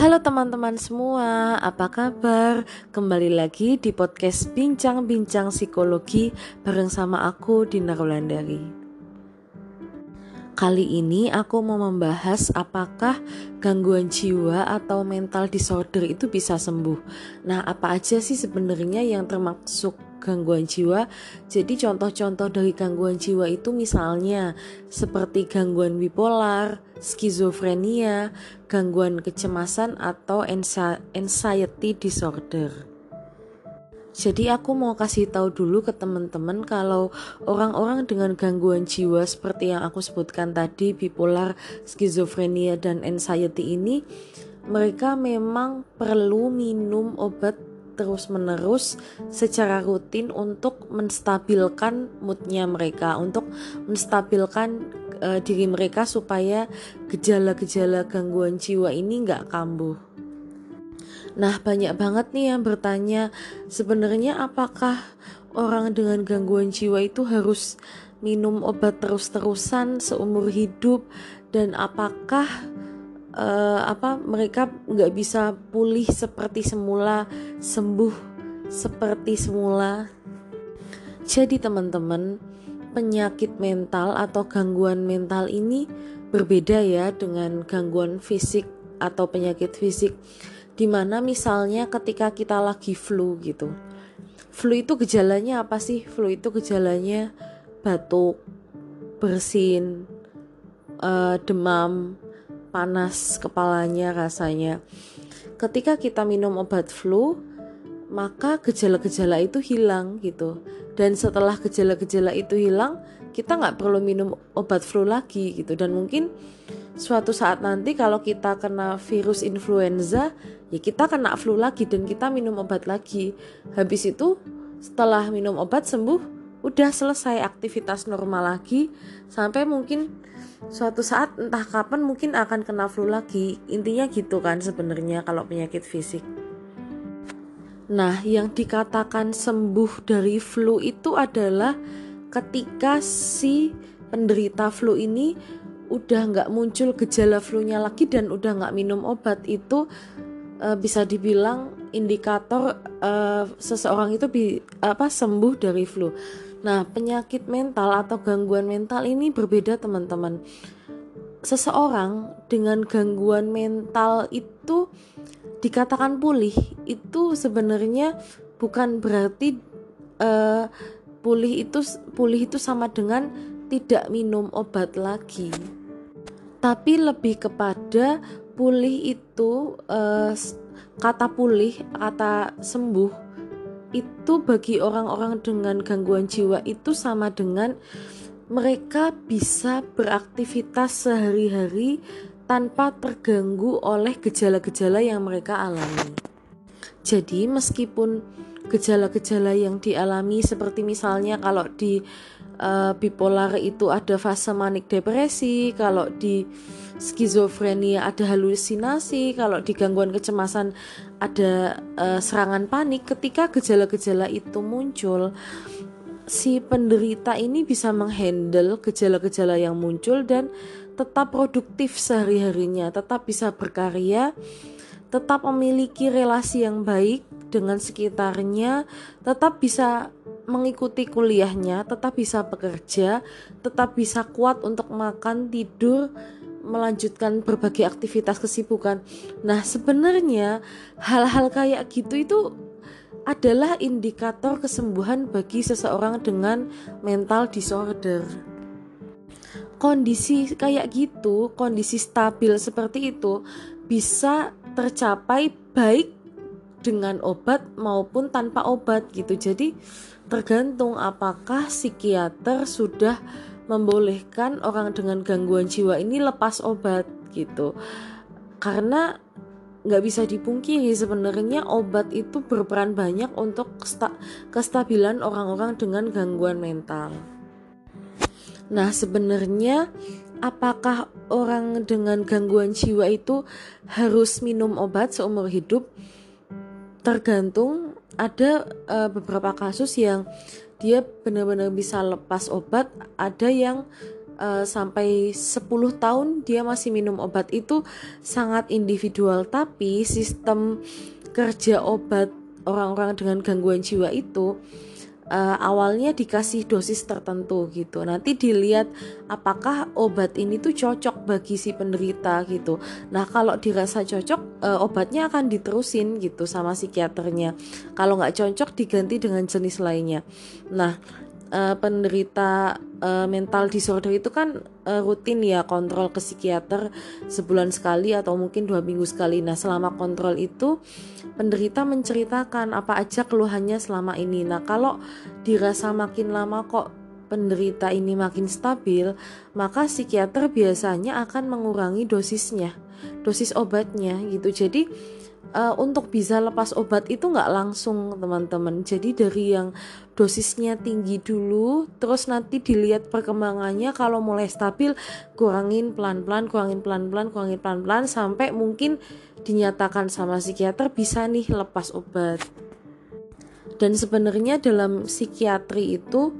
Halo teman-teman semua, apa kabar? Kembali lagi di podcast Bincang-Bincang Psikologi bareng sama aku, Dina Wulandari. Kali ini aku mau membahas apakah gangguan jiwa atau mental disorder itu bisa sembuh. Nah, apa aja sih sebenarnya yang termasuk gangguan jiwa? Jadi contoh-contoh dari gangguan jiwa itu misalnya seperti gangguan bipolar, skizofrenia, gangguan kecemasan atau anxiety disorder. Jadi aku mau kasih tahu dulu ke teman-teman kalau orang-orang dengan gangguan jiwa seperti yang aku sebutkan tadi, bipolar, skizofrenia, dan anxiety ini, mereka memang perlu minum obat terus-menerus secara rutin untuk menstabilkan moodnya mereka, untuk menstabilkan diri mereka supaya gejala-gejala gangguan jiwa ini nggak kambuh. Nah, banyak banget nih yang bertanya, sebenarnya apakah orang dengan gangguan jiwa itu harus minum obat terus-terusan seumur hidup, dan apakah mereka nggak bisa pulih seperti semula, sembuh seperti semula? Jadi teman-teman, penyakit mental atau gangguan mental ini berbeda ya dengan gangguan fisik atau penyakit fisik. Dimana misalnya ketika kita lagi flu gitu, flu itu gejalanya apa sih? Flu itu gejalanya batuk, bersin, demam, panas kepalanya rasanya. Ketika kita minum obat flu, maka gejala-gejala itu hilang gitu. Dan setelah gejala-gejala itu hilang, kita gak perlu minum obat flu lagi gitu. Dan mungkin suatu saat nanti kalau kita kena virus influenza, ya kita kena flu lagi dan kita minum obat lagi. Habis itu setelah minum obat sembuh, udah selesai aktivitas normal lagi. Sampai mungkin suatu saat entah kapan mungkin akan kena flu lagi. Intinya gitu kan sebenarnya kalau penyakit fisik. Nah, yang dikatakan sembuh dari flu itu adalah ketika si penderita flu ini udah gak muncul gejala flu-nya lagi dan udah gak minum obat. Itu bisa dibilang indikator seseorang itu sembuh dari flu. Nah, penyakit mental atau gangguan mental ini berbeda teman-teman. Seseorang dengan gangguan mental itu dikatakan pulih, itu sebenarnya bukan berarti pulih itu sama dengan tidak minum obat lagi. Tapi lebih kepada pulih itu kata pulih, kata sembuh itu bagi orang-orang dengan gangguan jiwa itu sama dengan mereka bisa beraktivitas sehari-hari tanpa terganggu oleh gejala-gejala yang mereka alami. Jadi meskipun gejala-gejala yang dialami seperti misalnya kalau di bipolar itu ada fase manik depresi, kalau di skizofrenia ada halusinasi, kalau di gangguan kecemasan ada serangan panik. Ketika gejala-gejala itu muncul, si penderita ini bisa menghandle gejala-gejala yang muncul dan tetap produktif sehari-harinya, tetap bisa berkarya, tetap memiliki relasi yang baik dengan sekitarnya, tetap bisa mengikuti kuliahnya, tetap bisa bekerja, tetap bisa kuat untuk makan, tidur, melanjutkan berbagai aktivitas kesibukan. Nah, sebenarnya hal-hal kayak gitu itu adalah indikator kesembuhan bagi seseorang dengan mental disorder. Kondisi kayak gitu, kondisi stabil seperti itu bisa tercapai baik dengan obat maupun tanpa obat gitu. Jadi tergantung apakah psikiater sudah membolehkan orang dengan gangguan jiwa ini lepas obat gitu. Karena gak bisa dipungkiri sebenarnya obat itu berperan banyak untuk kestabilan orang-orang dengan gangguan mental. Nah, sebenarnya apakah orang dengan gangguan jiwa itu harus minum obat seumur hidup? Tergantung. Ada beberapa kasus yang dia benar-benar bisa lepas obat, ada yang sampai 10 tahun dia masih minum obat, itu sangat individual. Tapi sistem kerja obat orang-orang dengan gangguan jiwa itu awalnya dikasih dosis tertentu gitu. Nanti dilihat apakah obat ini tuh cocok bagi si penderita gitu. Nah, kalau dirasa cocok, obatnya akan diterusin gitu sama psikiaternya. Kalau nggak cocok, diganti dengan jenis lainnya. Nah, penderita mental disorder itu kan rutin ya kontrol ke psikiater sebulan sekali atau mungkin 2 minggu sekali. Nah, selama kontrol itu penderita menceritakan apa aja keluhannya selama ini. Nah, kalau dirasa makin lama kok penderita ini makin stabil, maka psikiater biasanya akan mengurangi dosisnya, dosis obatnya gitu. Jadi untuk bisa lepas obat itu nggak langsung teman-teman. Jadi dari yang dosisnya tinggi dulu, terus nanti dilihat perkembangannya, kalau mulai stabil kurangin pelan-pelan sampai mungkin dinyatakan sama psikiater bisa nih lepas obat. Dan sebenarnya dalam psikiatri itu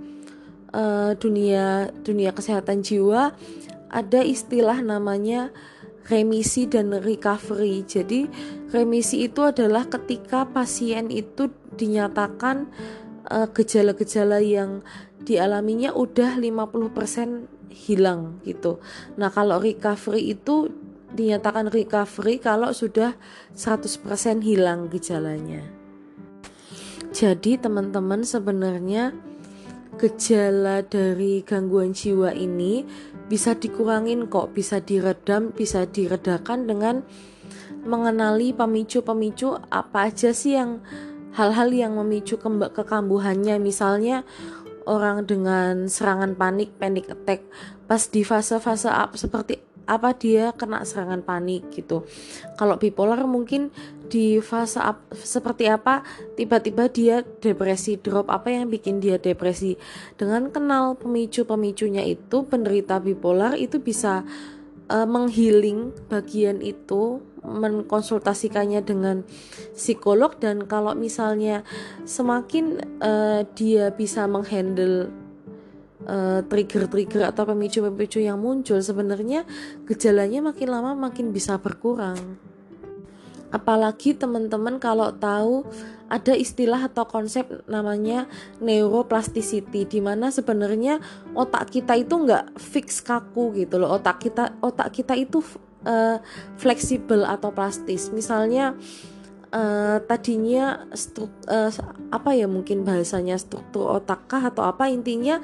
dunia kesehatan jiwa ada istilah namanya remisi dan recovery. Jadi remisi itu adalah ketika pasien itu dinyatakan gejala-gejala yang dialaminya udah 50% hilang gitu. Nah, kalau recovery itu dinyatakan recovery kalau sudah 100% hilang gejalanya. Jadi teman-teman, sebenarnya gejala dari gangguan jiwa ini bisa dikurangin kok, bisa diredam, bisa diredakan dengan mengenali pemicu-pemicu apa aja sih yang hal-hal yang memicu kekambuhannya. Misalnya orang dengan serangan panik, panic attack, pas di fase-fase seperti apa dia kena serangan panik gitu. Kalau bipolar mungkin di fase seperti apa tiba-tiba dia depresi, drop apa yang bikin dia depresi. Dengan kenal pemicu-pemicunya itu, penderita bipolar itu bisa menghealing bagian itu, mengkonsultasikannya dengan psikolog. Dan kalau misalnya semakin dia bisa menghandle trigger-trigger atau pemicu-pemicu yang muncul, sebenarnya gejalanya makin lama makin bisa berkurang. Apalagi teman-teman kalau tahu ada istilah atau konsep namanya neuroplasticity, di mana sebenarnya otak kita itu nggak fix kaku gitu loh. Otak kita itu fleksibel atau plastis. Misalnya tadinya apa ya, mungkin bahasanya struktur otakkah atau apa, intinya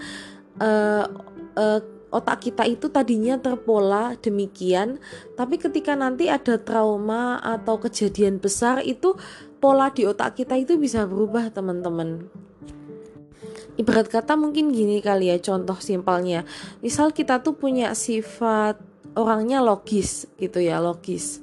otak kita itu tadinya terpola demikian, tapi ketika nanti ada trauma atau kejadian besar, itu pola di otak kita itu bisa berubah teman-teman. Ibarat kata mungkin gini kali ya, contoh simpelnya, misal kita tuh punya sifat orangnya logis gitu ya, logis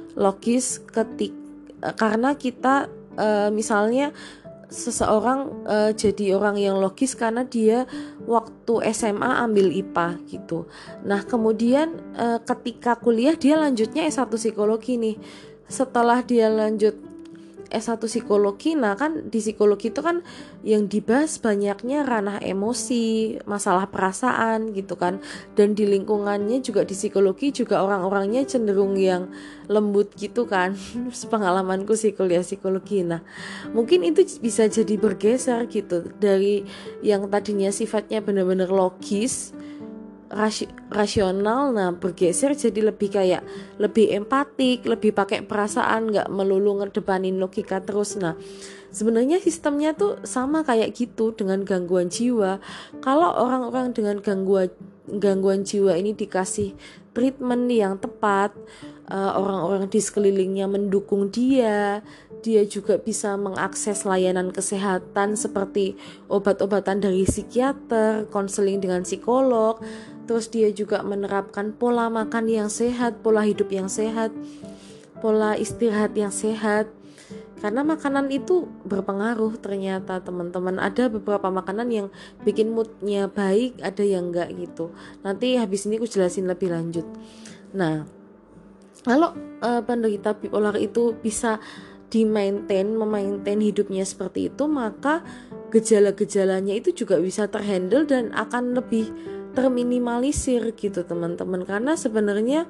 karena kita misalnya seseorang jadi orang yang logis karena dia waktu SMA ambil IPA gitu. Nah, kemudian ketika kuliah dia lanjutnya S1 psikologi nih. Setelah dia lanjut S1 psikologi, nah kan di psikologi itu kan yang dibahas banyaknya ranah emosi, masalah perasaan gitu kan. Dan di lingkungannya juga di psikologi juga orang-orangnya cenderung yang lembut gitu kan. Sepengalamanku sih kuliah psikologi. Nah, mungkin itu bisa jadi bergeser gitu, dari yang tadinya sifatnya benar-benar logis, rasional, nah bergeser jadi lebih kayak lebih empatik, lebih pakai perasaan, nggak melulu ngedepanin logika terus. Nah, sebenarnya sistemnya tuh sama kayak gitu dengan gangguan jiwa. Kalau orang-orang dengan gangguan jiwa ini dikasih treatment yang tepat, orang-orang di sekelilingnya mendukung dia juga bisa mengakses layanan kesehatan seperti obat-obatan dari psikiater, konseling dengan psikolog. Terus dia juga menerapkan pola makan yang sehat, pola hidup yang sehat, pola istirahat yang sehat. Karena makanan itu berpengaruh ternyata teman-teman. Ada beberapa makanan yang bikin moodnya baik, ada yang enggak gitu. Nanti habis ini aku jelasin lebih lanjut. Nah, kalau penderita bipolar itu bisa memaintain hidupnya seperti itu, maka gejala-gejalanya itu juga bisa terhandle dan akan lebih terminimalisir gitu teman-teman. Karena sebenarnya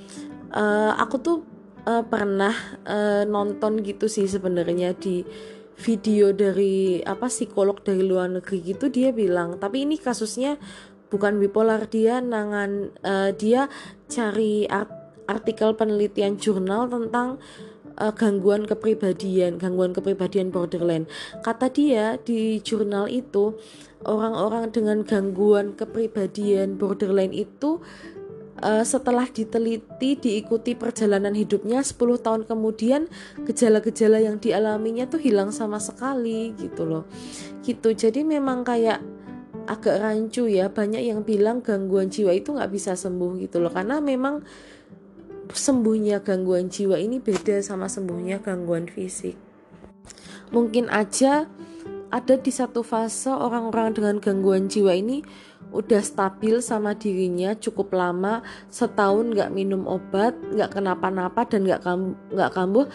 aku tuh pernah nonton gitu sih sebenarnya di video dari psikolog dari luar negeri gitu. Dia bilang, tapi ini kasusnya bukan bipolar, dia dia cari artikel penelitian jurnal tentang gangguan kepribadian borderline. Kata dia di jurnal itu, orang-orang dengan gangguan kepribadian borderline itu setelah diteliti, diikuti perjalanan hidupnya 10 tahun kemudian, gejala-gejala yang dialaminya tuh hilang sama sekali gitu loh. Gitu. Jadi memang kayak agak rancu ya, banyak yang bilang gangguan jiwa itu gak bisa sembuh gitu loh, karena memang sembuhnya gangguan jiwa ini beda sama sembuhnya gangguan fisik. Mungkin aja ada di satu fase orang-orang dengan gangguan jiwa ini udah stabil sama dirinya cukup lama, setahun gak minum obat, gak kenapa-napa dan gak kambuh.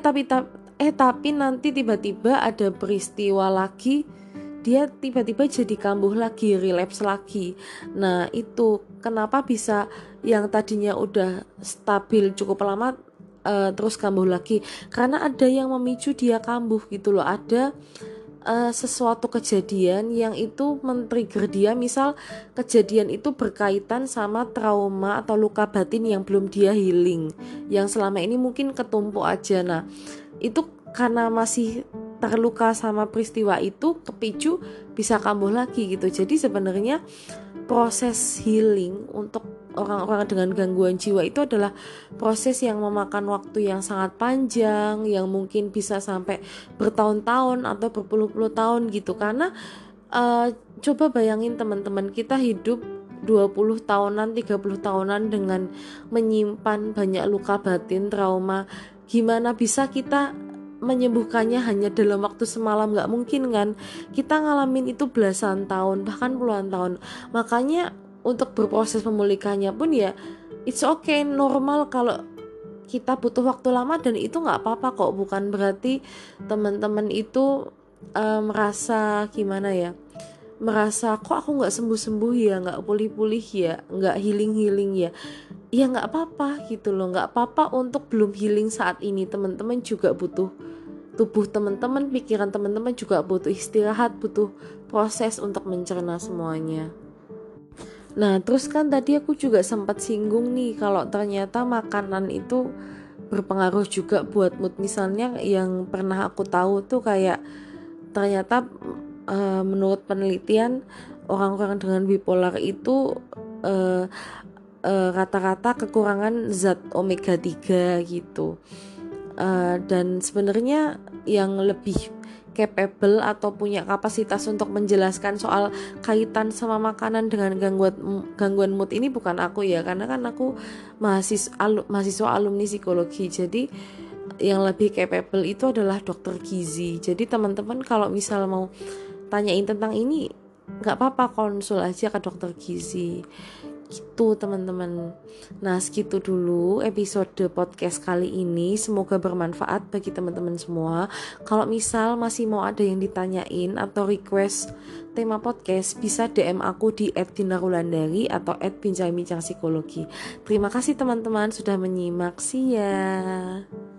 Tapi nanti tiba-tiba ada peristiwa lagi, dia tiba-tiba jadi kambuh lagi, relapse lagi. Nah itu kenapa bisa yang tadinya udah stabil cukup lama terus kambuh lagi, karena ada yang memicu dia kambuh gitu loh. Ada sesuatu kejadian yang itu men-trigger dia. Misal kejadian itu berkaitan sama trauma atau luka batin yang belum dia healing, yang selama ini mungkin ketumpuk aja. Nah itu karena masih terluka sama peristiwa itu, kepicu bisa kambuh lagi gitu. Jadi sebenarnya proses healing untuk orang-orang dengan gangguan jiwa itu adalah proses yang memakan waktu yang sangat panjang, yang mungkin bisa sampai bertahun-tahun atau berpuluh-puluh tahun gitu. Karena coba bayangin teman-teman, kita hidup 20 tahunan, 30 tahunan dengan menyimpan banyak luka batin, trauma. Gimana bisa kita menyembuhkannya hanya dalam waktu semalam? Gak mungkin kan. Kita ngalamin itu belasan tahun, bahkan puluhan tahun. Makanya untuk berproses memulihkannya pun ya it's okay, normal kalau kita butuh waktu lama, dan itu gak apa-apa kok. Bukan berarti teman-teman itu merasa gimana ya, merasa kok aku gak sembuh-sembuh ya, gak pulih-pulih ya, gak healing-healing ya. Ya gak apa-apa gitu loh. Gak apa-apa untuk belum healing saat ini. Teman-teman juga butuh, tubuh teman-teman, pikiran teman-teman juga butuh istirahat, butuh proses untuk mencerna semuanya. Nah terus kan tadi aku juga sempat singgung nih, kalau ternyata makanan itu berpengaruh juga buat mood. Misalnya yang pernah aku tahu tuh kayak ternyata menurut penelitian orang-orang dengan bipolar itu rata-rata kekurangan zat omega 3 gitu. Dan sebenarnya yang lebih capable atau punya kapasitas untuk menjelaskan soal kaitan sama makanan dengan gangguan mood ini bukan aku ya, karena kan aku mahasiswa alumni psikologi. Jadi yang lebih capable itu adalah dokter gizi. Jadi teman-teman kalau misal mau tanyain tentang ini, gak apa-apa, konsul aja ke dokter gizi gitu teman-teman. Nah segitu dulu episode podcast kali ini, semoga bermanfaat bagi teman-teman semua. Kalau misal masih mau ada yang ditanyain atau request tema podcast, bisa DM aku di @dinarulandari atau @bincang-bincang psikologi. Terima kasih teman-teman sudah menyimak. See ya.